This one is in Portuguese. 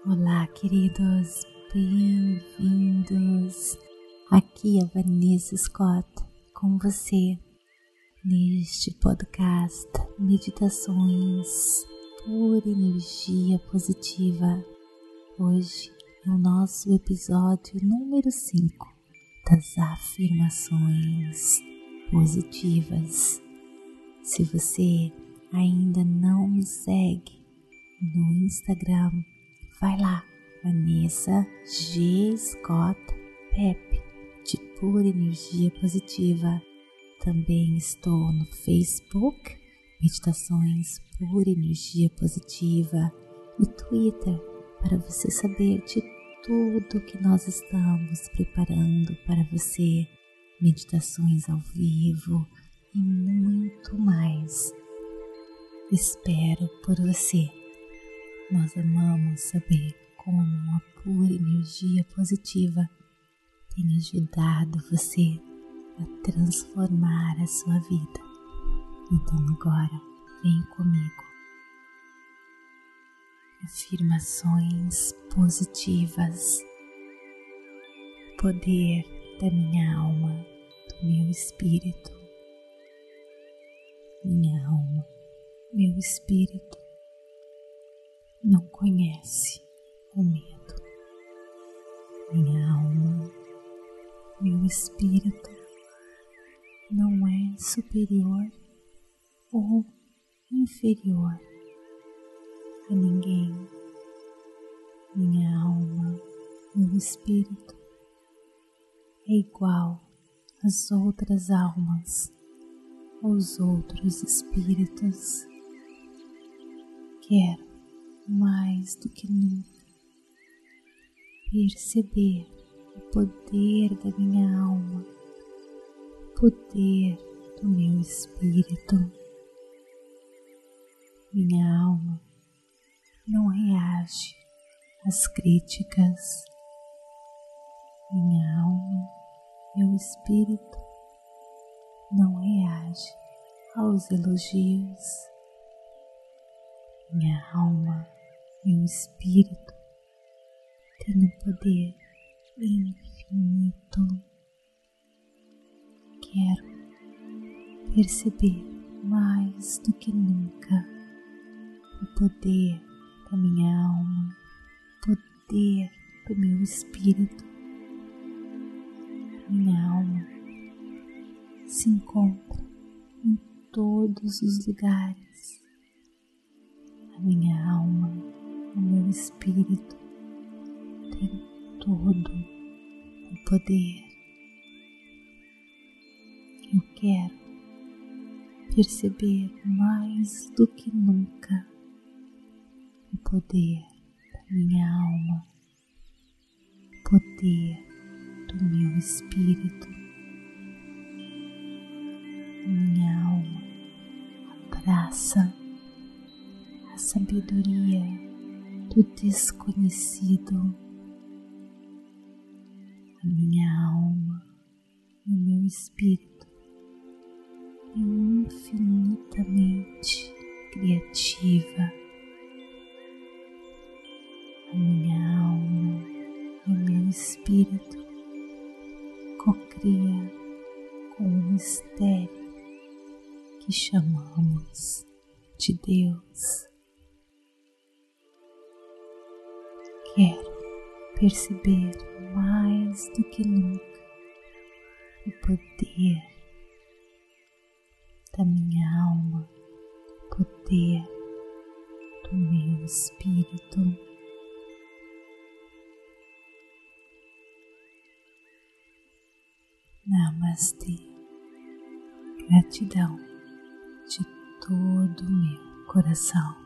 Olá, queridos, bem-vindos. Aqui é Vanessa Scott com você neste podcast Meditações por Energia Positiva. Hoje é o nosso episódio número 5 das afirmações positivas. Se você ainda não me segue no Instagram, vai lá, Vanessa G. Scott Pep, de Pura Energia Positiva. Também estou no Facebook, Meditações por Energia Positiva, e Twitter, para você saber de tudo que nós estamos preparando para você, meditações ao vivo e muito mais. Espero por você. Nós amamos saber como a pura energia positiva tem ajudado você a transformar a sua vida. Então agora, vem comigo. Afirmações positivas. Poder da minha alma, do meu espírito. Minha alma, meu espírito não conhece o medo. Minha alma, meu espírito não é superior ou inferior a ninguém. Minha alma, meu espírito é igual às outras almas, aos outros espíritos. Quero mais do que nunca perceber o poder da minha alma, o poder do meu espírito. Minha alma não reage às críticas. Minha alma, meu espírito não reage aos elogios. Minha alma, meu espírito tem um poder infinito. Quero perceber mais do que nunca o poder da minha alma, o poder do meu espírito. Minha alma se encontra em todos os lugares. A minha alma, o meu espírito tem todo o poder. Eu quero perceber mais do que nunca o poder da minha alma, o poder do meu espírito. Minha alma abraça a sabedoria do desconhecido. A minha alma e o meu espírito é infinitamente criativa. A minha alma e o meu espírito cocria com o mistério que chamamos de Deus. Quero perceber mais do que nunca o poder da minha alma, o poder do meu espírito. Namastê. Gratidão de todo o meu coração.